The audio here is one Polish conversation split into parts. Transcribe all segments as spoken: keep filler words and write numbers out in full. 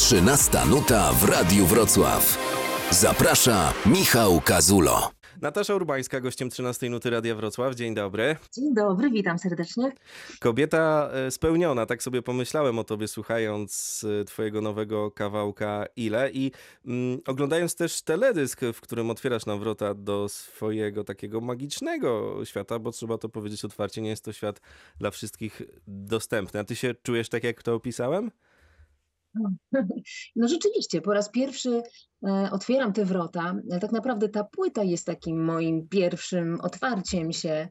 Trzynasta nuta w Radiu Wrocław. Zaprasza Michał Kazulo. Natasza Urbańska, gościem trzynastej nuty Radia Wrocław. Dzień dobry. Dzień dobry, witam serdecznie. Kobieta spełniona, tak sobie pomyślałem o tobie, słuchając twojego nowego kawałka Ile i mm, oglądając też teledysk, w którym otwierasz nam wrota do swojego takiego magicznego świata, bo trzeba to powiedzieć otwarcie, nie jest to świat dla wszystkich dostępny. A ty się czujesz tak, jak to opisałem? No rzeczywiście, po raz pierwszy e, otwieram te wrota, ale tak naprawdę ta płyta jest takim moim pierwszym otwarciem się,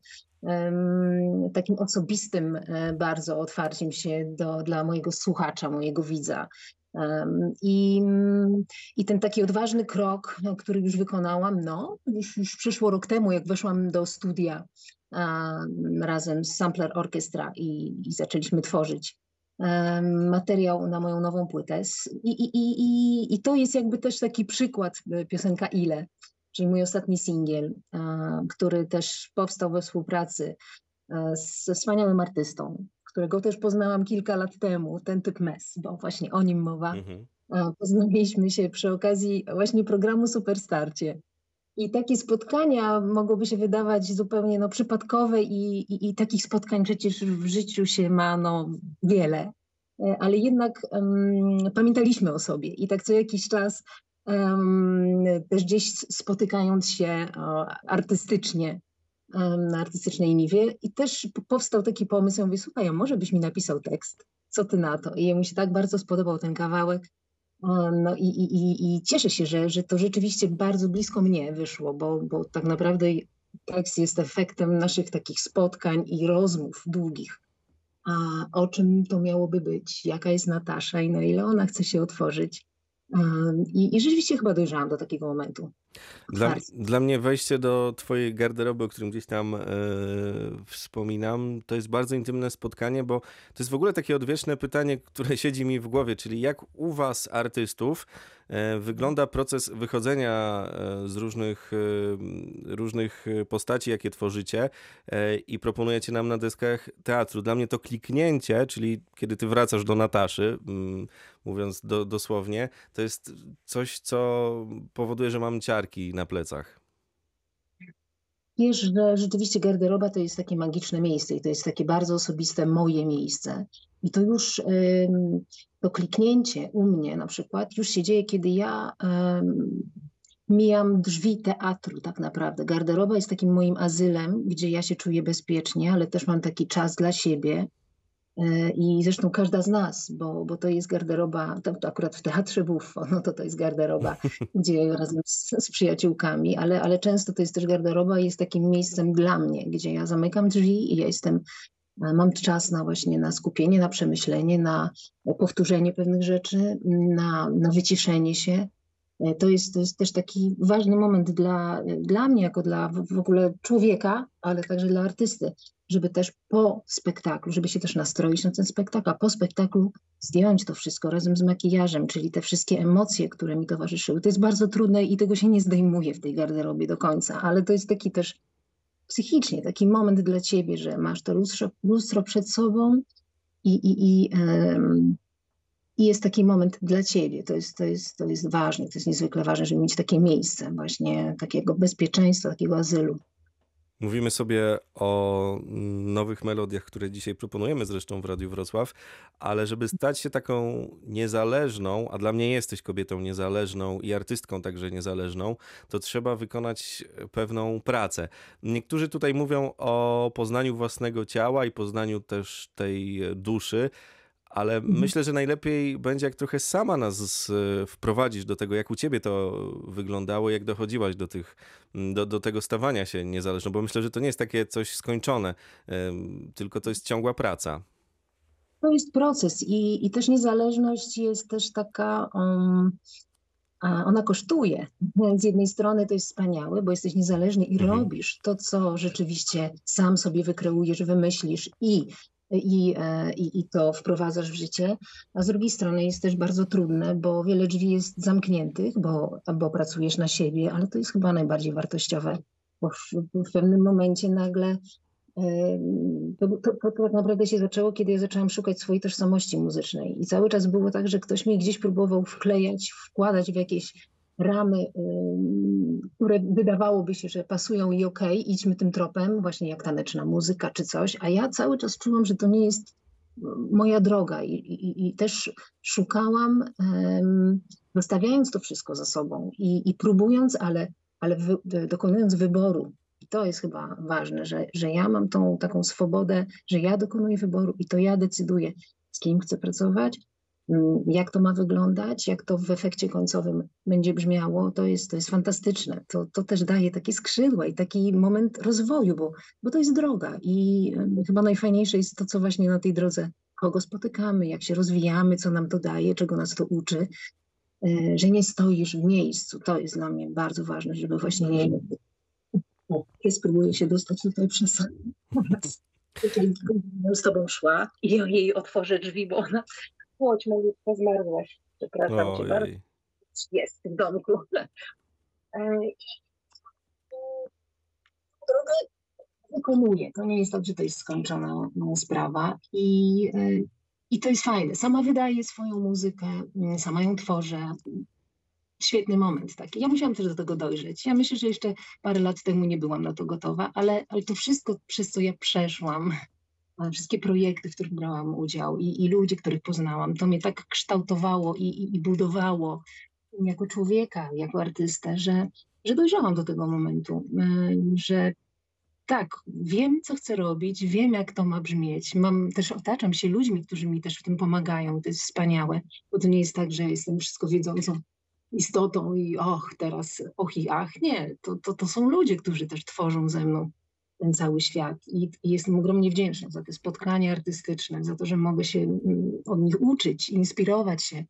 em, takim osobistym e, bardzo otwarciem się do, dla mojego słuchacza, mojego widza. Um, i, I ten taki odważny krok, no, który już wykonałam, no, już, już przyszło rok temu, jak weszłam do studia a, razem z Sampler Orchestra i, i zaczęliśmy tworzyć materiał na moją nową płytę. I, i, i, I to jest jakby też taki przykład, piosenka Ile, czyli mój ostatni singiel, który też powstał we współpracy ze wspaniałym artystą, którego też poznałam kilka lat temu, ten typ Mes, bo właśnie o nim mowa. Mhm. Poznaliśmy się przy okazji właśnie programu Superstarcie. I takie spotkania mogłyby się wydawać zupełnie no, przypadkowe i, i, i takich spotkań przecież w życiu się ma no, wiele, ale jednak um, pamiętaliśmy o sobie i tak co jakiś czas um, też gdzieś spotykając się o, artystycznie um, na artystycznej niwie i też powstał taki pomysł, ja mówię, słuchaj, a może byś mi napisał tekst, co ty na to? I jemu się tak bardzo spodobał ten kawałek. No i, i, i, i cieszę się, że, że to rzeczywiście bardzo blisko mnie wyszło, bo, bo tak naprawdę tekst jest efektem naszych takich spotkań i rozmów długich. A o czym to miałoby być? Jaka jest Natasza i na ile ona chce się otworzyć? I, i rzeczywiście chyba dojrzałam do takiego momentu. Dla, dla mnie wejście do twojej garderoby, o którym gdzieś tam e, wspominam, to jest bardzo intymne spotkanie, bo to jest w ogóle takie odwieczne pytanie, które siedzi mi w głowie, czyli jak u was, artystów, e, wygląda proces wychodzenia e, z różnych, e, różnych postaci, jakie tworzycie e, i proponujecie nam na deskach teatru. Dla mnie to kliknięcie, czyli kiedy ty wracasz do Nataszy, m, mówiąc do, dosłownie, to jest coś, co powoduje, że mam ciarki na plecach. Wiesz, że rzeczywiście garderoba to jest takie magiczne miejsce i to jest takie bardzo osobiste moje miejsce. I to już ym, to kliknięcie u mnie na przykład już się dzieje, kiedy ja ym, mijam drzwi teatru tak naprawdę. Garderoba jest takim moim azylem, gdzie ja się czuję bezpiecznie, ale też mam taki czas dla siebie. I zresztą każda z nas, bo, bo to jest garderoba, to, to akurat w Teatrze Buffo, no to to jest garderoba, gdzie razem z, z przyjaciółkami, ale, ale często to jest też garderoba i jest takim miejscem dla mnie, gdzie ja zamykam drzwi i ja jestem, mam czas na właśnie na skupienie, na przemyślenie, na powtórzenie pewnych rzeczy, na, na wyciszenie się. To jest, to jest też taki ważny moment dla, dla mnie, jako dla w ogóle człowieka, ale także dla artysty, żeby też po spektaklu, żeby się też nastroić na ten spektakl, a po spektaklu zdjąć to wszystko razem z makijażem, czyli te wszystkie emocje, które mi towarzyszyły. To jest bardzo trudne i tego się nie zdejmuje w tej garderobie do końca, ale to jest taki też psychicznie taki moment dla ciebie, że masz to lustro, lustro przed sobą i, i, i um, I jest taki moment dla ciebie, to jest, to, jest, to jest ważne, to jest niezwykle ważne, żeby mieć takie miejsce właśnie takiego bezpieczeństwa, takiego azylu. Mówimy sobie o nowych melodiach, które dzisiaj proponujemy zresztą w Radiu Wrocław, ale żeby stać się taką niezależną, a dla mnie jesteś kobietą niezależną i artystką także niezależną, to trzeba wykonać pewną pracę. Niektórzy tutaj mówią o poznaniu własnego ciała i poznaniu też tej duszy, ale mhm. myślę, że najlepiej będzie, jak trochę sama nas wprowadzisz do tego, jak u ciebie to wyglądało, jak dochodziłaś do, tych, do, do tego stawania się niezależną, bo myślę, że to nie jest takie coś skończone, tylko to jest ciągła praca. To jest proces i, i też niezależność jest też taka, um, ona kosztuje. Z jednej strony to jest wspaniałe, bo jesteś niezależny i mhm. robisz to, co rzeczywiście sam sobie wykreujesz, wymyślisz i I, i, i to wprowadzasz w życie, a z drugiej strony jest też bardzo trudne, bo wiele drzwi jest zamkniętych, bo, bo pracujesz na siebie, ale to jest chyba najbardziej wartościowe, bo w, w pewnym momencie nagle To, to, to tak naprawdę się zaczęło, kiedy ja zaczęłam szukać swojej tożsamości muzycznej i cały czas było tak, że ktoś mnie gdzieś próbował wklejać, wkładać w jakieś ramy, ym, które wydawałoby się, że pasują i okej, idźmy tym tropem, właśnie jak taneczna muzyka czy coś, a ja cały czas czułam, że to nie jest moja droga i, i, i też szukałam, em, zostawiając to wszystko za sobą i, i próbując, ale, ale wy, dokonując wyboru. I to jest chyba ważne, że, że ja mam tą taką swobodę, że ja dokonuję wyboru i to ja decyduję, z kim chcę pracować, mm, jak to ma wyglądać, jak to w efekcie końcowym będzie brzmiało. To jest, to jest fantastyczne. To, to też daje takie skrzydła i taki moment rozwoju, bo, bo to jest droga. I em, chyba najfajniejsze jest to, co właśnie na tej drodze, kogo spotykamy, jak się rozwijamy, co nam to daje, czego nas to uczy, e, że nie stoisz w miejscu. To jest dla mnie bardzo ważne, żeby właśnie nie... Ja spróbuję się dostać tutaj przez kiedy z tobą szła i ja jej otworzę drzwi, bo ona, chodź, malutka, zmarłaś. Przepraszam cię bardzo, Ojej. jest w domku. E, I drogę wykonuję. To nie jest tak, że to jest skończona no, sprawa. I, e, I to jest fajne. Sama wydaję swoją muzykę, m, sama ją tworzę. Świetny moment taki. Ja musiałam też do tego dojrzeć. Ja myślę, że jeszcze parę lat temu nie byłam na to gotowa, ale, ale to wszystko, przez co ja przeszłam, a wszystkie projekty, w których brałam udział i, i ludzie, których poznałam, to mnie tak kształtowało i, i, i budowało jako człowieka, jako artystę, że, że dojrzałam do tego momentu, y, że tak, wiem, co chcę robić, wiem, jak to ma brzmieć. Mam też, otaczam się ludźmi, którzy mi też w tym pomagają. To jest wspaniałe, bo to nie jest tak, że jestem wszystko wiedzącą istotą i och, teraz och i ach. Nie, to, to, to są ludzie, którzy też tworzą ze mną ten cały świat i, i jestem ogromnie wdzięczna za te spotkania artystyczne, za to, że mogę się mm, od nich uczyć, inspirować się.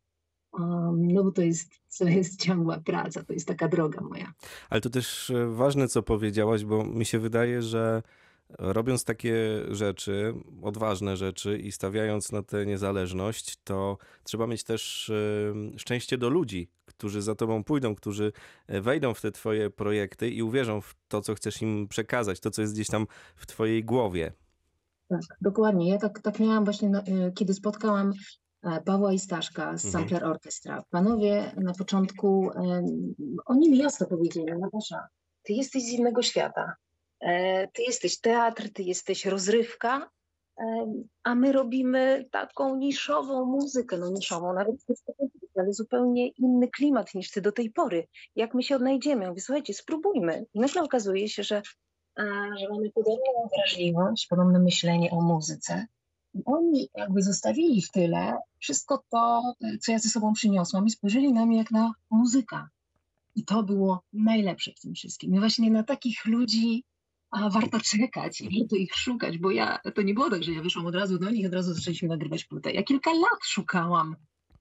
Um, no bo to jest, to jest ciągła praca, to jest taka droga moja. Ale to też e, ważne, co powiedziałaś, bo mi się wydaje, że robiąc takie rzeczy, odważne rzeczy i stawiając na tę niezależność, to trzeba mieć też e, szczęście do ludzi, którzy za tobą pójdą, którzy e, wejdą w te twoje projekty i uwierzą w to, co chcesz im przekazać, to, co jest gdzieś tam w twojej głowie. Tak, dokładnie. Ja tak, tak miałam właśnie, na, y, kiedy spotkałam e, Pawła i Staszka z Mhm. Sampler Orchestra. Panowie na początku, em, oni mi jasno powiedzieli, Natasza, ty jesteś z innego świata. E, Ty jesteś teatr, ty jesteś rozrywka, em, a my robimy taką niszową muzykę, no niszową, nawet ale zupełnie inny klimat niż ty do tej pory. Jak my się odnajdziemy? Ja mówię, słuchajcie, spróbujmy. I nagle okazuje się, że a, że mamy podobną wrażliwość, podobne myślenie o muzyce. I oni jakby zostawili w tyle wszystko to, co ja ze sobą przyniosłam i spojrzeli na mnie jak na muzyka. I to było najlepsze w tym wszystkim. I właśnie na takich ludzi a, warto czekać i warto ich szukać, bo ja, to nie było tak, że ja wyszłam od razu do nich, od razu zaczęliśmy nagrywać płytę. Ja kilka lat szukałam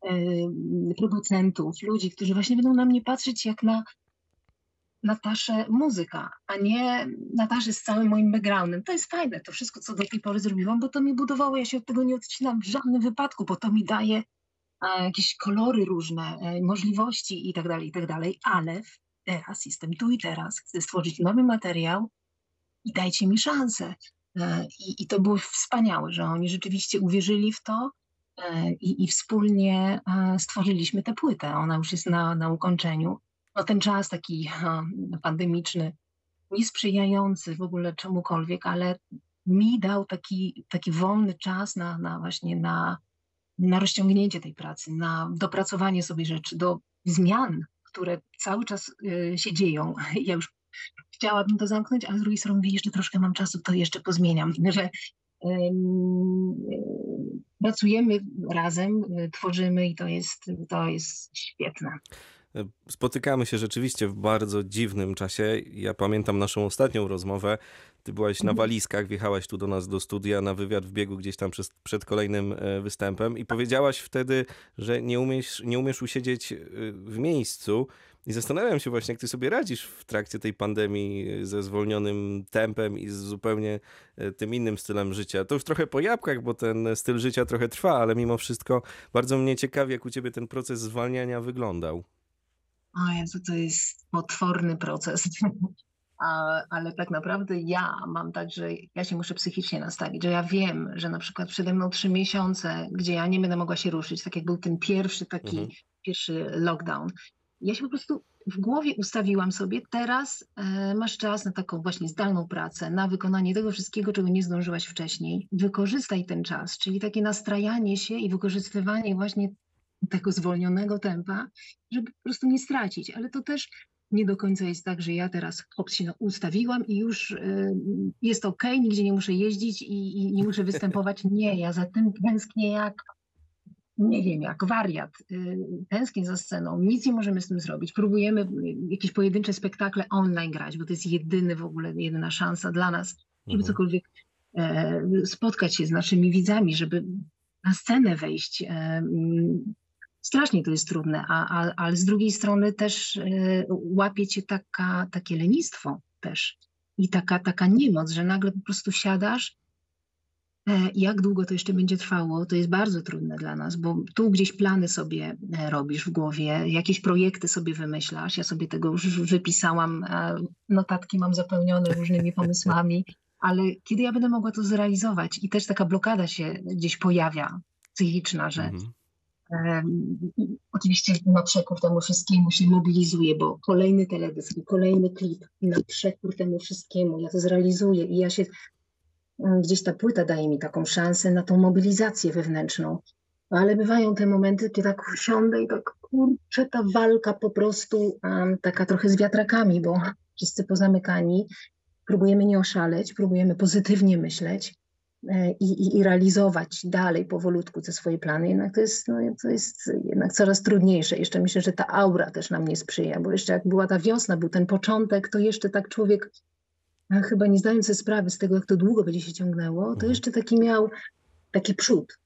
em, producentów, ludzi, którzy właśnie będą na mnie patrzeć jak na Nataszę muzyka, a nie Nataszę z całym moim backgroundem. To jest fajne, to wszystko, co do tej pory zrobiłam, bo to mi budowało, ja się od tego nie odcinam w żadnym wypadku, bo to mi daje e, jakieś kolory różne, e, możliwości i tak dalej, i tak dalej, ale teraz jestem tu i teraz, chcę stworzyć nowy materiał i dajcie mi szansę. E, i, I to było wspaniałe, że oni rzeczywiście uwierzyli w to e, i, i wspólnie e, stworzyliśmy tę płytę. Ona już jest na, na ukończeniu. No ten czas taki ha, pandemiczny, niesprzyjający w ogóle czemukolwiek, ale mi dał taki, taki wolny czas na, na właśnie na, na rozciągnięcie tej pracy, na dopracowanie sobie rzeczy, do zmian, które cały czas y, się dzieją. Ja już chciałabym to zamknąć, ale z drugiej strony mówię, jeszcze troszkę mam czasu, to jeszcze pozmieniam, że ym, y, pracujemy razem, y, tworzymy i to jest, to jest świetne. Spotykamy się rzeczywiście w bardzo dziwnym czasie. Ja pamiętam naszą ostatnią rozmowę. Ty byłaś na walizkach, wjechałaś tu do nas do studia na wywiad w biegu gdzieś tam przez, przed kolejnym e, występem i powiedziałaś wtedy, że nie umiesz, nie umiesz usiedzieć e, w miejscu. I zastanawiam się właśnie, jak ty sobie radzisz w trakcie tej pandemii ze zwolnionym tempem i z zupełnie e, tym innym stylem życia. To już trochę po jabłkach, bo ten styl życia trochę trwa, ale mimo wszystko bardzo mnie ciekawi, jak u ciebie ten proces zwalniania wyglądał. O Jezu, to jest potworny proces. A, ale tak naprawdę ja mam tak, że ja się muszę psychicznie nastawić, że ja wiem, że na przykład przede mną trzy miesiące, gdzie ja nie będę mogła się ruszyć, tak jak był ten pierwszy Mhm. taki, pierwszy lockdown. Ja się po prostu w głowie ustawiłam sobie, teraz e, masz czas na taką właśnie zdalną pracę, na wykonanie tego wszystkiego, czego nie zdążyłaś wcześniej. Wykorzystaj ten czas, czyli takie nastrajanie się i wykorzystywanie właśnie tego zwolnionego tempa, żeby po prostu nie stracić. Ale to też nie do końca jest tak, że ja teraz hop się ustawiłam i już y, jest okej, nigdzie nie muszę jeździć i, i nie muszę występować. Nie, ja za tym tęsknię jak, nie wiem, jak wariat. Y, tęsknię za sceną, nic nie możemy z tym zrobić. Próbujemy y, jakieś pojedyncze spektakle online grać, bo to jest jedyny w ogóle, jedyna szansa dla nas, żeby Mhm. cokolwiek e, spotkać się z naszymi widzami, żeby na scenę wejść. E, mm, Strasznie to jest trudne, a, a, ale z drugiej strony też y, łapie cię taka, takie lenistwo też i taka, taka niemoc, że nagle po prostu siadasz. E, jak długo to jeszcze będzie trwało, to jest bardzo trudne dla nas, bo tu gdzieś plany sobie e, robisz w głowie, jakieś projekty sobie wymyślasz. Ja sobie tego już wypisałam, e, notatki mam zapełnione różnymi pomysłami, ale kiedy ja będę mogła to zrealizować? I też taka blokada się gdzieś pojawia, psychiczna, że Mhm. Em, i Oczywiście na przekór temu wszystkiemu się mobilizuję, bo kolejny teledysk i kolejny klip i na przekór temu wszystkiemu ja to zrealizuję i ja się, mm, gdzieś ta płyta daje mi taką szansę na tą mobilizację wewnętrzną. Ale bywają te momenty, kiedy tak usiądę i tak kurczę, ta walka po prostu em, taka trochę z wiatrakami, bo wszyscy pozamykani, próbujemy nie oszaleć, próbujemy pozytywnie myśleć e, i, i, i realizować dalej powolutku te swoje plany. Jednak to jest, no, to jest jednak coraz trudniejsze. Jeszcze myślę, że ta aura też nam nie sprzyja, bo jeszcze jak była ta wiosna, był ten początek, to jeszcze tak człowiek, a chyba nie zdając sobie sprawy z tego, jak to długo będzie się ciągnęło, to Mhm. jeszcze taki miał taki przód,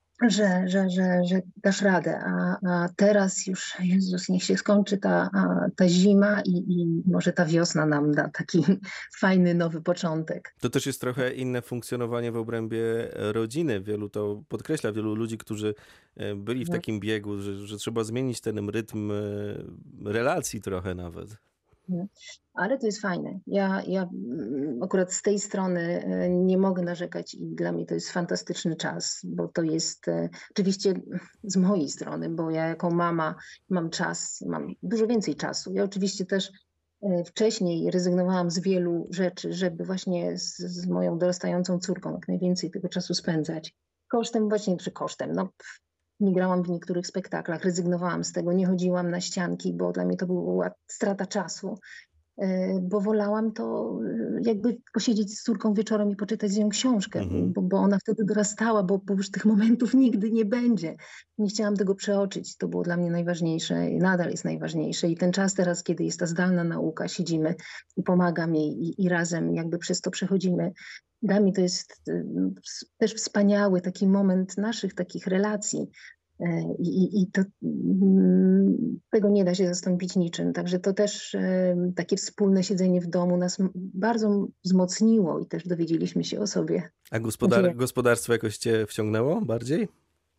że, że, że, że dasz radę, a, a teraz już, Jezus, niech się skończy ta, a, ta zima i, i może ta wiosna nam da taki fajny, nowy początek. To też jest trochę inne funkcjonowanie w obrębie rodziny. Wielu to podkreśla, wielu ludzi, którzy e, byli w No. takim biegu, że, że trzeba zmienić ten rytm e, relacji trochę nawet. Nie. Ale to jest fajne. Ja, ja mm, akurat z tej strony e, nie mogę narzekać i dla mnie to jest fantastyczny czas, bo to jest e, oczywiście z mojej strony, bo ja jako mama mam czas, mam dużo więcej czasu. Ja oczywiście też e, wcześniej rezygnowałam z wielu rzeczy, żeby właśnie z, z moją dorastającą córką jak najwięcej tego czasu spędzać. Kosztem właśnie, czy kosztem, no pff, nie grałam w niektórych spektaklach, rezygnowałam z tego, nie chodziłam na ścianki, bo dla mnie to była strata czasu, e, bo wolałam to e, jakby posiedzieć z córką wieczorem i poczytać z nią książkę, Mhm. bo, bo ona wtedy dorastała, bo, bo już tych momentów nigdy nie będzie. Nie chciałam tego przeoczyć, to było dla mnie najważniejsze i nadal jest najważniejsze. I ten czas teraz, kiedy jest ta zdalna nauka, siedzimy i pomagam jej i, i razem jakby przez to przechodzimy. Dla mnie to jest y, ws- też wspaniały taki moment naszych takich relacji. E, I, i, i to, mm, tego nie da się zastąpić niczym. Także to też e, takie wspólne siedzenie w domu nas m- bardzo wzmocniło i też dowiedzieliśmy się o sobie. A gospodar- Znaczy, gospodarstwo jakoś cię wciągnęło bardziej?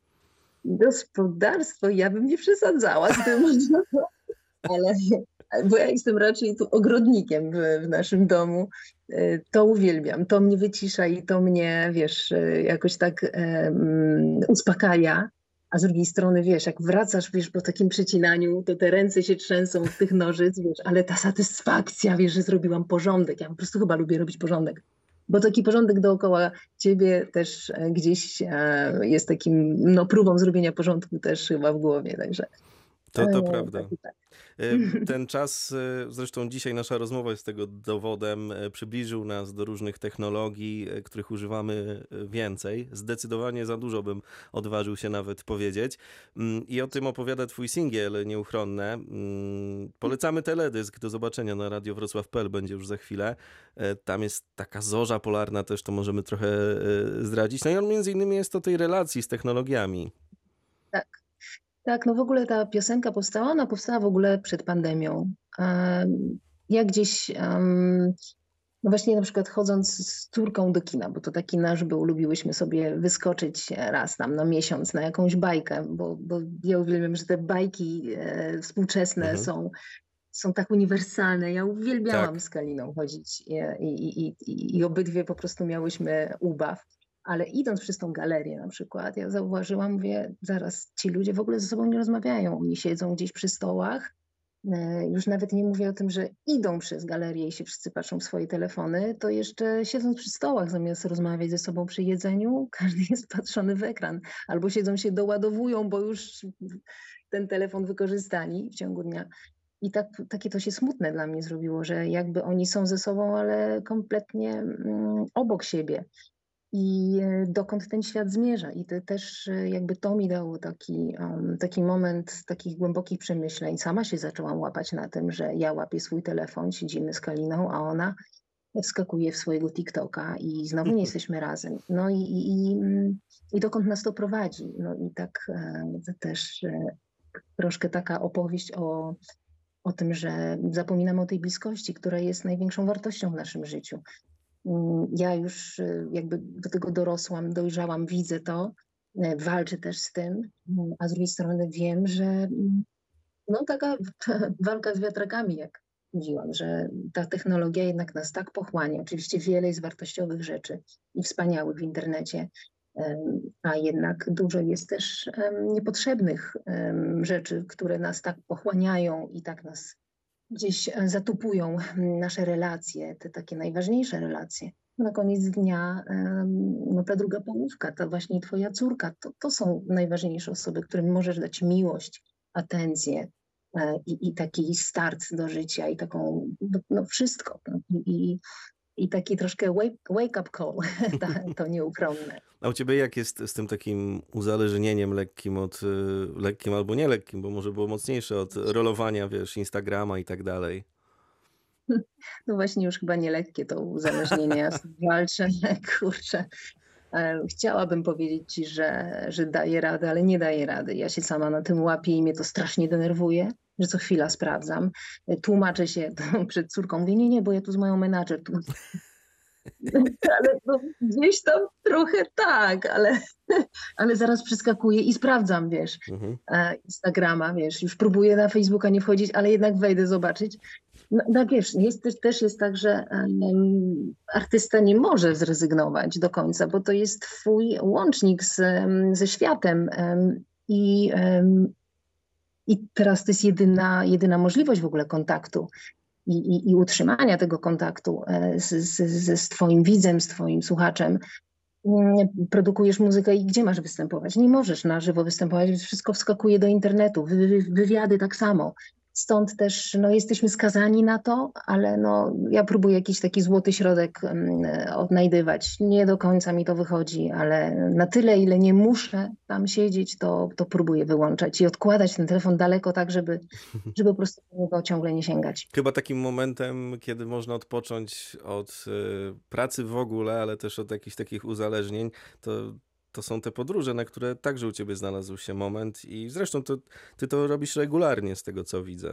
gospodarstwo, ja bym nie przesadzała z tym, ale bo ja jestem raczej tu ogrodnikiem w, w naszym domu. E, To uwielbiam, to mnie wycisza i to mnie, wiesz, e, jakoś tak em, uspokaja. A z drugiej strony, wiesz, jak wracasz, wiesz, po takim przecinaniu, to te ręce się trzęsą z tych nożyc, wiesz, ale ta satysfakcja, wiesz, że zrobiłam porządek. Ja po prostu chyba lubię robić porządek. Bo taki porządek dookoła ciebie też e, gdzieś e, jest takim, no, próbą zrobienia porządku też chyba w głowie, także To, to e, prawda. tak i tak. E, Ten czas, e, zresztą dzisiaj nasza rozmowa jest tego dowodem, e, przybliżył nas do różnych technologii, e, których używamy e, więcej. Zdecydowanie za dużo bym odważył się nawet powiedzieć. Mm, I o tym opowiada twój singiel Nieuchronne. Mm, Polecamy teledysk, do zobaczenia na radio wrocław kropka p l, będzie już za chwilę. E, Tam jest taka zorza polarna też, to możemy trochę e, zdradzić. No i on między innymi jest o tej relacji z technologiami. Tak. Tak, no w ogóle ta piosenka powstała, ona powstała w ogóle przed pandemią. Em, Ja gdzieś, em, no właśnie na przykład chodząc z córką do kina, bo to taki nasz był, lubiłyśmy sobie wyskoczyć raz tam na miesiąc na jakąś bajkę, bo, bo ja uwielbiam, że te bajki e, współczesne Mhm. są są tak uniwersalne. Ja uwielbiałam Tak. z Kaliną chodzić i, i, i, i, i obydwie po prostu miałyśmy ubaw. Ale idąc przez tą galerię na przykład, ja zauważyłam, mówię, zaraz ci ludzie w ogóle ze sobą nie rozmawiają. Oni siedzą gdzieś przy stołach. E, Już nawet nie mówię o tym, że idą przez galerię i się wszyscy patrzą w swoje telefony, to jeszcze siedząc przy stołach, zamiast rozmawiać ze sobą przy jedzeniu, każdy jest patrzony w ekran. Albo siedzą się doładowują, bo już ten telefon wykorzystali w ciągu dnia. I tak, takie to się smutne dla mnie zrobiło, że jakby oni są ze sobą, ale kompletnie mm, obok siebie. I e, dokąd ten świat zmierza. I to też e, jakby to mi dało taki, um, taki moment takich głębokich przemyśleń. Sama się zaczęłam łapać na tym, że ja łapię swój telefon, siedzimy z Kaliną, a ona wskakuje w swojego TikToka i znowu nie jesteśmy razem. No i, i, i, mm, i dokąd nas to prowadzi. No i tak e, to też e, troszkę taka opowieść o, o tym, że zapominamy o tej bliskości, która jest największą wartością w naszym życiu. Mm, Ja już y, jakby do tego dorosłam, dojrzałam, widzę to, y, walczę też z tym, mm, a z drugiej strony wiem, że mm, no taka walka z wiatrakami, jak mówiłam, że ta technologia jednak nas tak pochłania. Oczywiście wiele jest wartościowych rzeczy i wspaniałych w internecie, em, a jednak dużo jest też em, niepotrzebnych em, rzeczy, które nas tak pochłaniają i tak nas gdzieś e, zatupują mm, nasze relacje, te takie najważniejsze relacje. Na koniec dnia em, no ta druga połówka, ta właśnie twoja córka, to, to są najważniejsze osoby, którym możesz dać miłość, atencję e, i, i taki start do życia i taką, no, no wszystko. No, i, i, I taki troszkę wake, wake up call, ta- to nieuchronne. A u ciebie jak jest z tym takim uzależnieniem lekkim od, y, lekkim albo nie lekkim, bo może było mocniejsze, od rolowania, wiesz, Instagrama i tak dalej? No właśnie już chyba nielekkie to uzależnienie, ja z tym walczę, kurczę. E, Chciałabym powiedzieć ci, że, że daję radę, ale nie daję rady. Ja się sama na tym łapię i mnie to strasznie denerwuje, że co chwila sprawdzam. E, Tłumaczę się przed córką, mówię, nie, nie, bo ja tu z moją menadżer. Tu... Ale no, gdzieś tam trochę tak, ale, ale zaraz przeskakuję i sprawdzam, wiesz, Mhm. e, Instagrama, wiesz, już próbuję na Facebooka nie wchodzić, ale jednak wejdę zobaczyć. No, no wiesz, jest, też, też jest tak, że em, artysta nie może zrezygnować do końca, bo to jest twój łącznik z, em, ze światem em, i, em, i teraz to jest jedyna, jedyna możliwość w ogóle kontaktu i, i, i utrzymania tego kontaktu e, z, z, z, z twoim widzem, z twoim słuchaczem. Mm, Produkujesz muzykę i gdzie masz występować? Nie możesz na żywo występować, więc wszystko wskakuje do internetu, wy, wy, wywiady tak samo. Stąd też no, jesteśmy skazani na to, ale no, ja próbuję jakiś taki złoty środek mm, odnajdywać. Nie do końca mi to wychodzi, ale na tyle, ile nie muszę tam siedzieć, to, to próbuję wyłączać i odkładać ten telefon daleko tak, żeby, żeby po prostu do niego ciągle nie sięgać. Chyba takim momentem, kiedy można odpocząć od y, pracy w ogóle, ale też od jakichś takich uzależnień, to, to są te podróże, na które także u ciebie znalazł się moment i zresztą to, ty to robisz regularnie z tego, co widzę.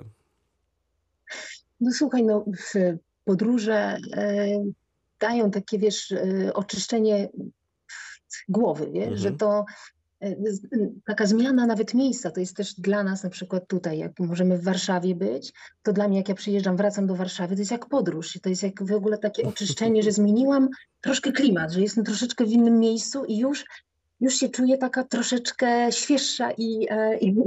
No słuchaj, no w- podróże e, dają takie, wiesz, e, oczyszczenie głowy, wiesz, że Mhm. to e, z- taka zmiana nawet miejsca, to jest też dla nas na przykład tutaj, jak możemy w Warszawie być, to dla mnie jak ja przyjeżdżam, wracam do Warszawy, to jest jak podróż, to jest jak w ogóle takie oczyszczenie, że zmieniłam troszkę klimat, że jestem troszeczkę w innym miejscu i już, już się czuję taka troszeczkę świeższa i, e, i,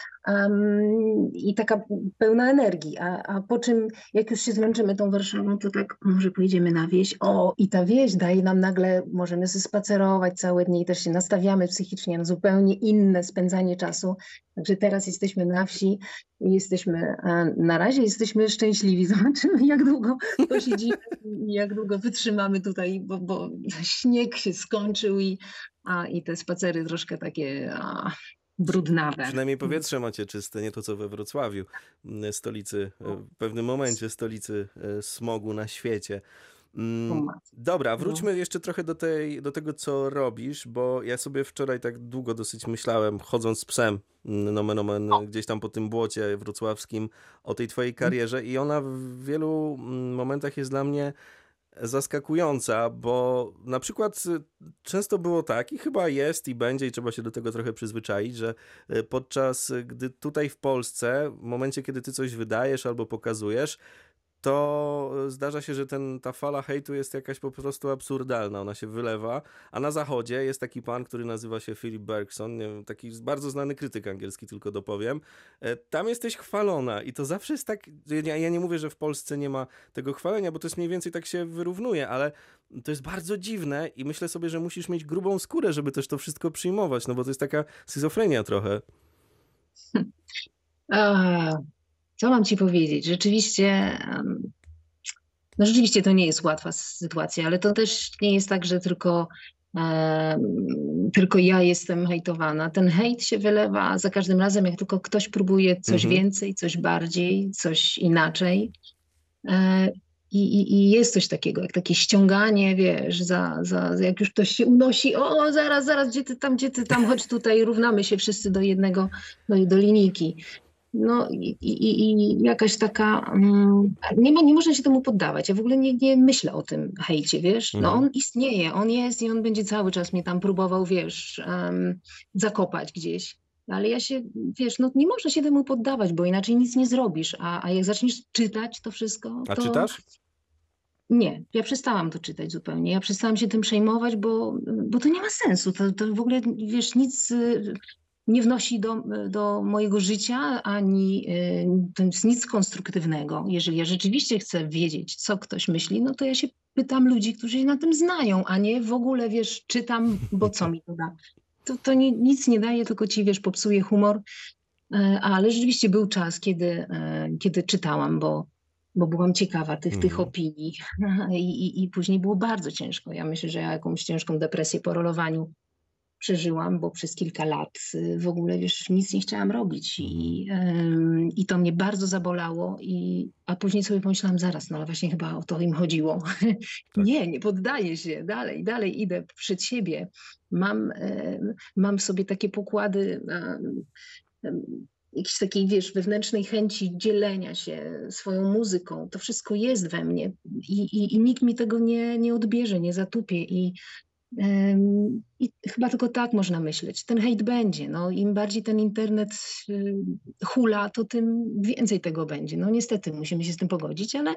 em, i taka pełna energii, a, a po czym jak już się zmęczymy tą Warszawą, to tak może pojedziemy na wieś, o i ta wieś daje nam nagle, możemy sobie spacerować całe dni i też się nastawiamy psychicznie na zupełnie inne spędzanie czasu, także teraz jesteśmy na wsi i jesteśmy, e, na razie jesteśmy szczęśliwi, zobaczymy jak długo posiedzimy i jak długo wytrzymamy tutaj, bo, bo śnieg się skończył i, a, i te spacery troszkę takie a, brudnawe. Przynajmniej powietrze macie czyste, nie to co we Wrocławiu, m, stolicy, e, w pewnym momencie stolicy e, smogu na świecie. Mm, Dobra, wróćmy jeszcze trochę do tej, do tego, co robisz, bo ja sobie wczoraj tak długo dosyć myślałem, chodząc z psem, mm, nomen omen, gdzieś tam po tym błocie wrocławskim, o tej twojej karierze i ona w wielu mm, momentach jest dla mnie zaskakująca, bo na przykład y, często było tak i chyba jest i będzie i trzeba się do tego trochę przyzwyczaić, że y, podczas y, gdy tutaj w Polsce, w momencie kiedy ty coś wydajesz albo pokazujesz, to zdarza się, że ten, ta fala hejtu jest jakaś po prostu absurdalna, ona się wylewa, a na zachodzie jest taki pan, który nazywa się Philip Bergson, nie wiem, taki bardzo znany krytyk angielski, tylko dopowiem. E, Tam jesteś chwalona i to zawsze jest tak, ja, ja nie mówię, że w Polsce nie ma tego chwalenia, bo to jest mniej więcej tak się wyrównuje, ale to jest bardzo dziwne i myślę sobie, że musisz mieć grubą skórę, żeby też to wszystko przyjmować, no bo to jest taka schizofrenia trochę. A, co mam ci powiedzieć? Rzeczywiście, em, no rzeczywiście to nie jest łatwa sytuacja, ale to też nie jest tak, że tylko, em, tylko ja jestem hejtowana. Ten hejt się wylewa za każdym razem, jak tylko ktoś próbuje coś Mhm. więcej, coś bardziej, coś inaczej. E, I, i, I jest coś takiego, jak takie ściąganie, wiesz, za, za, jak już ktoś się unosi, o, zaraz, zaraz, gdzie ty tam, gdzie ty tam, chodź tutaj, równamy się wszyscy do jednego, do, do linijki. No i, i, i i jakaś taka, mm, nie ma, nie można się temu poddawać. Ja w ogóle nie, nie myślę o tym hejcie, wiesz. No Mhm. on istnieje, on jest i on będzie cały czas mnie tam próbował, wiesz, em, zakopać gdzieś. Ale ja się, wiesz, no nie można się temu poddawać, bo inaczej nic nie zrobisz. A, a jak zaczniesz czytać to wszystko, A to czytasz? nie, ja przestałam to czytać zupełnie. Ja przestałam się tym przejmować, bo, bo to nie ma sensu. To, to w ogóle, wiesz, nic y, nie wnosi do, do mojego życia, ani y, to jest nic konstruktywnego. Jeżeli ja rzeczywiście chcę wiedzieć, co ktoś myśli, no to ja się pytam ludzi, którzy się na tym znają, a nie w ogóle, wiesz, czytam, bo co mi to da. To, to ni, nic nie daje, tylko ci, wiesz, popsuje humor. E, Ale rzeczywiście był czas, kiedy, e, kiedy czytałam, bo, bo byłam ciekawa tych, tych Mhm. opinii. I, i, I później było bardzo ciężko. Ja myślę, że ja jakąś ciężką depresję po rolowaniu przeżyłam, bo przez kilka lat y, w ogóle, wiesz, nic nie chciałam robić i, em, i to mnie bardzo zabolało, i, a później sobie pomyślałam, zaraz, no ale właśnie chyba o to im chodziło. Tak. Nie, nie poddaję się, dalej, dalej idę przed siebie. Mam, em, mam w sobie takie pokłady em, em, jakiejś takiej, wiesz, wewnętrznej chęci dzielenia się swoją muzyką. To wszystko jest we mnie i, i, i nikt mi tego nie, nie odbierze, nie zatupie i Ym, I chyba tylko tak można myśleć. Ten hejt będzie. No, im bardziej ten internet y, hula, to tym więcej tego będzie. No niestety musimy się z tym pogodzić, ale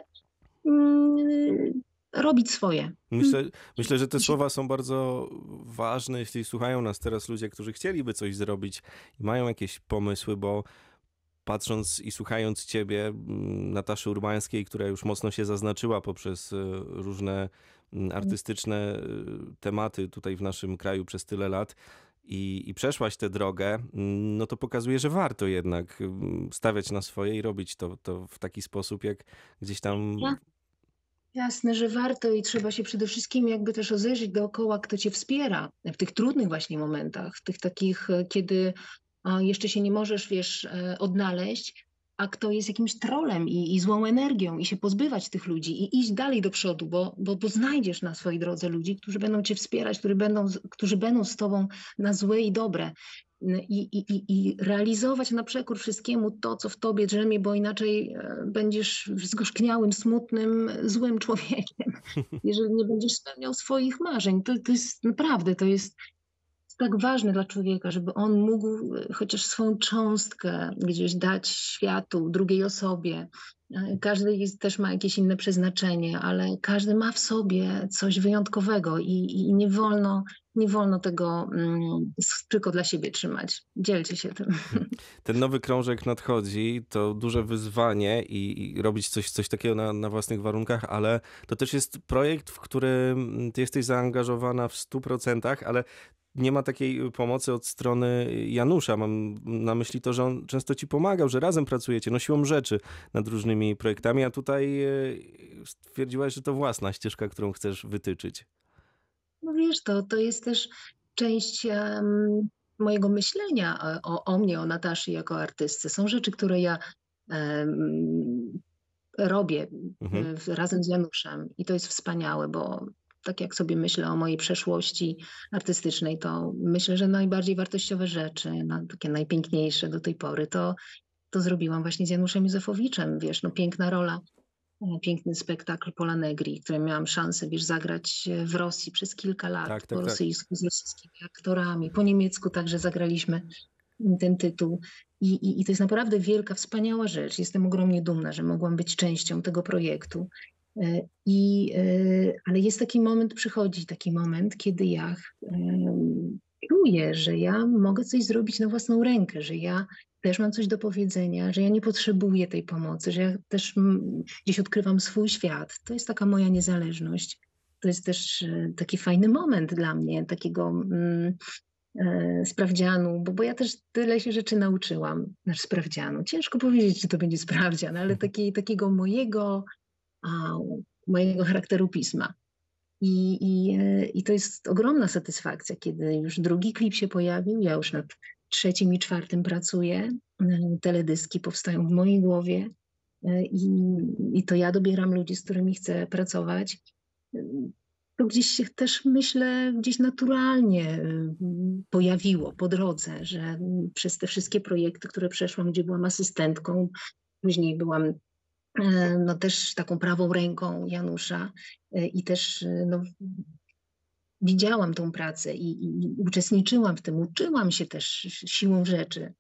y, robić swoje. Mm. Myślę, myślę, że te słowa są bardzo ważne, jeśli słuchają nas teraz ludzie, którzy chcieliby coś zrobić i mają jakieś pomysły, bo patrząc i słuchając ciebie, mm, Nataszy Urbańskiej, która już mocno się zaznaczyła poprzez y, różne mm, artystyczne y, tematy tutaj w naszym kraju przez tyle lat i, i przeszłaś tę drogę, mm, no to pokazuje, że warto jednak mm, stawiać na swoje i robić to, to w taki sposób, jak gdzieś tam... Ja, jasne, że warto i trzeba się przede wszystkim jakby też rozejrzeć dookoła, kto cię wspiera w tych trudnych właśnie momentach, w tych takich, e, kiedy a, jeszcze się nie możesz, wiesz, e, odnaleźć, a kto jest jakimś trolem i, i złą energią i się pozbywać tych ludzi i iść dalej do przodu, bo, bo, bo znajdziesz na swojej drodze ludzi, którzy będą cię wspierać, którzy będą, z- którzy będą z tobą na złe i dobre. N- I, i, i, i realizować na przekór wszystkiemu to, co w tobie drzemie, bo inaczej e, będziesz zgorzkniałym, smutnym, złym człowiekiem, jeżeli nie będziesz spełniał swoich marzeń. To, to jest naprawdę, to jest tak ważne dla człowieka, żeby on mógł e, chociaż swoją cząstkę gdzieś dać światu, drugiej osobie. E, Każdy jest, też ma jakieś inne przeznaczenie, ale każdy ma w sobie coś wyjątkowego i, i nie wolno, nie wolno tego mm, s- tylko dla siebie trzymać. Dzielcie się tym. Ten nowy krążek nadchodzi, to duże wyzwanie i, i robić coś, coś takiego na, na własnych warunkach, ale to też jest projekt, w którym ty jesteś zaangażowana w stu procentach, ale nie ma takiej pomocy od strony Janusza. Mam na myśli to, że on często ci pomagał, że razem pracujecie, no siłą rzeczy nad różnymi projektami, a tutaj e, stwierdziłaś, że to własna ścieżka, którą chcesz wytyczyć. No wiesz, to, to jest też część em, mojego myślenia e, o, o mnie, o Nataszy jako artystce. Są rzeczy, które ja em, robię Mhm. e, w- razem z Januszem i to jest wspaniałe, bo tak jak sobie myślę o mojej przeszłości artystycznej, to myślę, że najbardziej wartościowe rzeczy, na, takie najpiękniejsze do tej pory, to, to zrobiłam właśnie z Januszem Józefowiczem. Wiesz, no piękna rola e, piękny spektakl Pola Negri, który miałam szansę, wiesz, zagrać e, w Rosji przez kilka lat, Tak, tak, po tak. rosyjsku z rosyjskimi aktorami, po niemiecku także zagraliśmy ten tytuł. I, i, I to jest naprawdę wielka, wspaniała rzecz. Jestem ogromnie dumna, że mogłam być częścią tego projektu. E, I, e, ale jest taki moment, przychodzi taki moment, kiedy ja em, czuję, że ja mogę coś zrobić na własną rękę, że ja też mam coś do powiedzenia, że ja nie potrzebuję tej pomocy, że ja też mm, gdzieś odkrywam swój świat. To jest taka moja niezależność. To jest też e, taki fajny moment dla mnie, takiego mm, e, sprawdzianu, bo, bo ja też tyle się rzeczy nauczyłam na sprawdzianu. Ciężko powiedzieć, czy to będzie sprawdzian, ale taki, takiego mojego, a, mojego charakteru pisma. I, i, e, I to jest ogromna satysfakcja, kiedy już drugi klip się pojawił, ja już nad trzecim i czwartym pracuję, e, teledyski powstają w mojej głowie e, i, i to ja dobieram ludzi, z którymi chcę pracować. E, To gdzieś się też, myślę, gdzieś naturalnie e, pojawiło po drodze, że mm, przez te wszystkie projekty, które przeszłam, gdzie byłam asystentką, później byłam e, no też taką prawą ręką Janusza e, i też e, no, widziałam tą pracę i, i, i uczestniczyłam w tym, uczyłam się też siłą rzeczy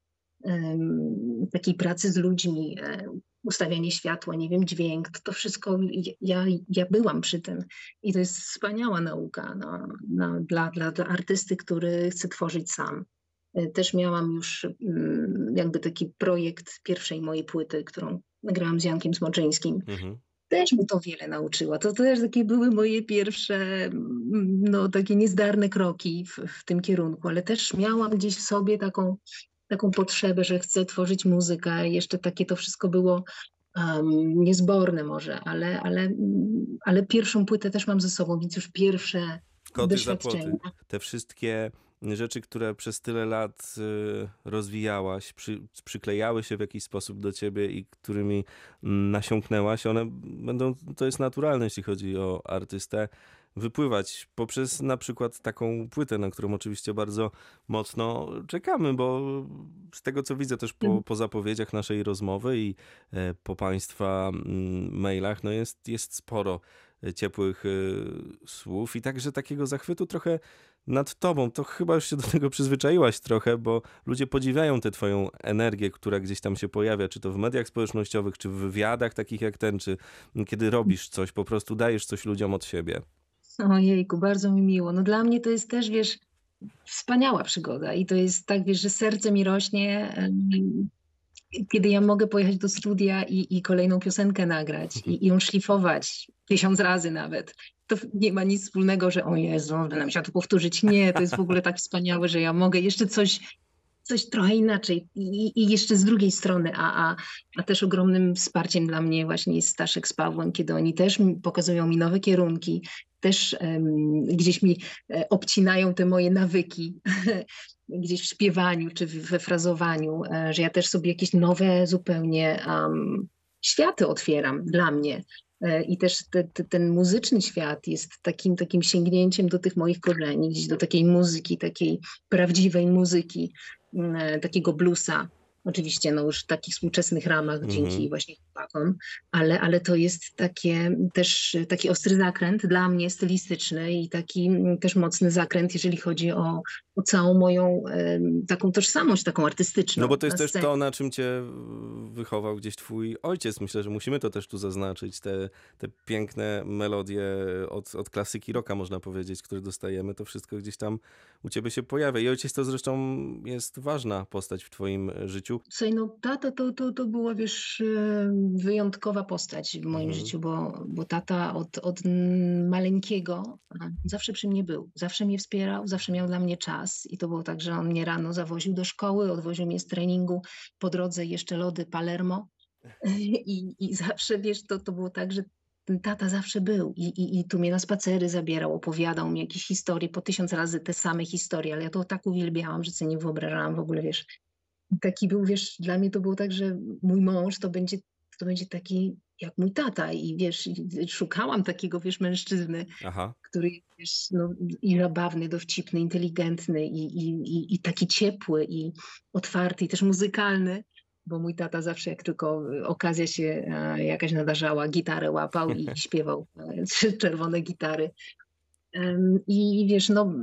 em, takiej pracy z ludźmi, e, ustawianie światła, nie wiem, dźwięk, to, to wszystko, ja, ja byłam przy tym i to jest wspaniała nauka no, no, dla, dla, dla artysty, który chce tworzyć sam. E, Też miałam już mm, jakby taki projekt pierwszej mojej płyty, którą nagrałam z Jankiem Smoczyńskim. Mhm. Też mi to wiele nauczyła. To też takie były moje pierwsze, mm, no, takie niezdarne kroki w, w tym kierunku, ale też miałam gdzieś w sobie taką, taką potrzebę, że chcę tworzyć muzykę. Jeszcze takie to wszystko było um, niezborne może, ale, ale, mm, ale pierwszą płytę też mam ze sobą, więc już pierwsze Koty za płoty. doświadczenia. Te wszystkie rzeczy, które przez tyle lat y, rozwijałaś, przy, przyklejały się w jakiś sposób do ciebie i którymi mm, nasiąknęłaś, one będą, to jest naturalne, jeśli chodzi o artystę, wypływać poprzez na przykład taką płytę, na którą oczywiście bardzo mocno czekamy, bo z tego co widzę też po, po zapowiedziach naszej rozmowy i e, po państwa mm, mailach, no jest, jest sporo ciepłych y, słów i także takiego zachwytu trochę nad tobą. To chyba już się do tego przyzwyczaiłaś trochę, bo ludzie podziwiają tę twoją energię, która gdzieś tam się pojawia, czy to w mediach społecznościowych, czy w wywiadach takich jak ten, czy kiedy robisz coś, po prostu dajesz coś ludziom od siebie. Ojejku, bardzo mi miło. No dla mnie to jest też, wiesz, wspaniała przygoda i to jest tak, wiesz, że serce mi rośnie, em, kiedy ja mogę pojechać do studia i, i kolejną piosenkę nagrać i, i ją szlifować tysiąc razy nawet. To nie ma nic wspólnego, że o Jezu, będę nam się to powtórzyć. Nie, to jest w ogóle tak wspaniałe, że ja mogę jeszcze coś, coś trochę inaczej i, i jeszcze z drugiej strony, a, a, a też ogromnym wsparciem dla mnie właśnie jest Staszek z Pawłem, kiedy oni też mi pokazują mi nowe kierunki, też em, gdzieś mi e, obcinają te moje nawyki, gdzieś w śpiewaniu czy w- we frazowaniu, e, że ja też sobie jakieś nowe zupełnie um, światy otwieram dla mnie. E, I też te, te, ten muzyczny świat jest takim, takim sięgnięciem do tych moich korzeni, gdzieś do takiej muzyki, takiej prawdziwej muzyki, m, e, takiego bluesa. Oczywiście no już w takich współczesnych ramach Mhm. dzięki właśnie chłopakom, ale, ale to jest takie, też taki ostry zakręt dla mnie stylistyczny i taki mm, też mocny zakręt, jeżeli chodzi o, o całą moją em, taką tożsamość, taką artystyczną No bo to jest na też scenie. to, na czym cię wychował gdzieś twój ojciec. Myślę, że musimy to też tu zaznaczyć. Te, te piękne melodie od, od klasyki rocka, można powiedzieć, które dostajemy, to wszystko gdzieś tam u ciebie się pojawia. I ojciec to zresztą jest ważna postać w twoim życiu. Słuchaj, no tata to, to, to była, wiesz, e, wyjątkowa postać w moim Mhm. życiu, bo, bo tata od, od maleńkiego a, zawsze przy mnie był, zawsze mnie wspierał, zawsze miał dla mnie czas i to było tak, że on mnie rano zawoził do szkoły, odwoził mnie z treningu, po drodze jeszcze lody Palermo i, i zawsze, wiesz, to, to było tak, że ten tata zawsze był i, i, i tu mnie na spacery zabierał, opowiadał mi jakieś historie, po tysiąc razy te same historie, ale ja to tak uwielbiałam, że sobie nie wyobrażałam w ogóle, wiesz, taki był, wiesz, dla mnie to było tak, że mój mąż to będzie, to będzie taki jak mój tata i wiesz, i szukałam takiego, wiesz, mężczyzny, Aha. który jest, wiesz, no, i zabawny, dowcipny, inteligentny i, i, i, i taki ciepły i otwarty i też muzykalny. bo mój tata zawsze jak tylko okazja się e, jakaś nadarzała, gitarę łapał i śpiewał e, trzy czerwone gitary. Em, I wiesz, no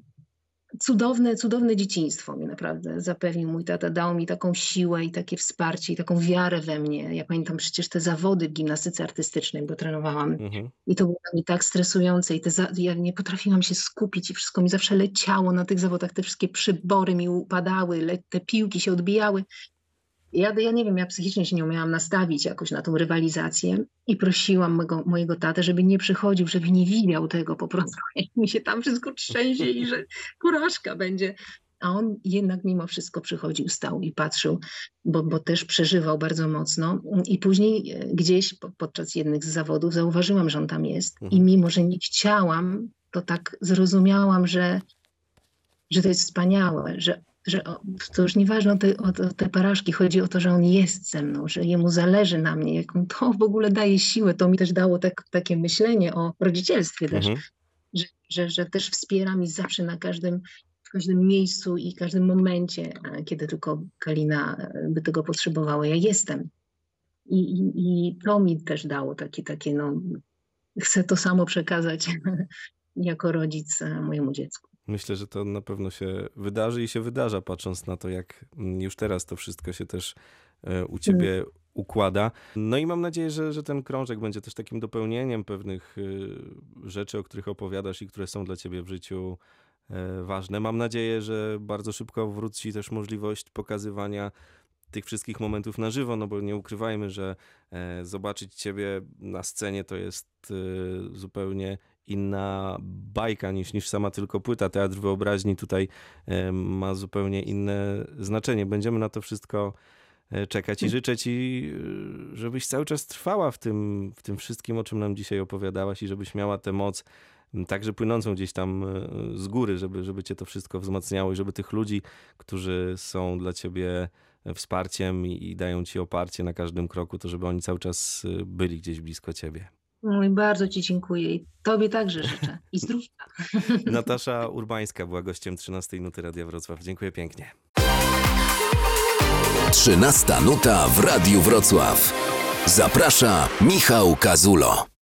cudowne, cudowne dzieciństwo mi naprawdę zapewnił mój tata. Dał mi taką siłę i takie wsparcie i taką wiarę we mnie. Ja pamiętam przecież te zawody w gimnastyce artystycznej, bo trenowałam. Mhm. I to było dla mnie tak stresujące i te za... ja nie potrafiłam się skupić i wszystko mi zawsze leciało na tych zawodach. Te wszystkie przybory mi upadały, le... te piłki się odbijały. Ja, ja nie wiem, ja psychicznie się nie umiałam nastawić jakoś na tą rywalizację i prosiłam mojego, mojego tatę, żeby nie przychodził, żeby nie widział tego po prostu, jak mi się tam wszystko trzęsie i że porażka będzie. A on jednak mimo wszystko przychodził, stał i patrzył, bo, bo też przeżywał bardzo mocno. I później e, gdzieś po, podczas jednych z zawodów zauważyłam, że on tam jest. I Mhm. mimo, że nie chciałam, to tak zrozumiałam, że że to jest wspaniałe, że, że o- to już nieważne o te, o, te- o te porażki, chodzi o to, że on jest ze mną, że jemu zależy na mnie, jaką to w ogóle daje siłę. To mi też dało tak, takie myślenie o rodzicielstwie też, Mhm. że, że, że też wspiera mi zawsze na każdym, w każdym miejscu i każdym momencie, e, kiedy tylko Kalina e, by tego potrzebowała. Ja jestem. I, i, i to mi też dało takie, takie no, chcę to samo przekazać jako rodzic e, mojemu dziecku. Myślę, że to na pewno się wydarzy i się wydarza, patrząc na to, jak mm, już teraz to wszystko się też e, u ciebie układa. No i mam nadzieję, że, że ten krążek będzie też takim dopełnieniem pewnych y, rzeczy, o których opowiadasz i które są dla ciebie w życiu e, ważne. Mam nadzieję, że bardzo szybko wróci też możliwość pokazywania tych wszystkich momentów na żywo, no bo nie ukrywajmy, że e, zobaczyć ciebie na scenie to jest e, zupełnie inna bajka niż, niż sama tylko płyta. Teatr wyobraźni tutaj e, ma zupełnie inne znaczenie. Będziemy na to wszystko e, czekać i życzę ci, e, żebyś cały czas trwała w tym, w tym wszystkim, o czym nam dzisiaj opowiadałaś i żebyś miała tę moc m, także płynącą gdzieś tam e, z góry, żeby, żeby cię to wszystko wzmacniało i żeby tych ludzi, którzy są dla ciebie wsparciem i, i dają ci oparcie na każdym kroku, to żeby oni cały czas y, byli gdzieś blisko ciebie. No i bardzo ci dziękuję i tobie także życzę. I zdrówka. Natasza Urbańska była gościem trzynastej Nuty Radia Wrocław. Dziękuję pięknie. trzynasta nuta w Radiu Wrocław. Zaprasza Michał Kazulo.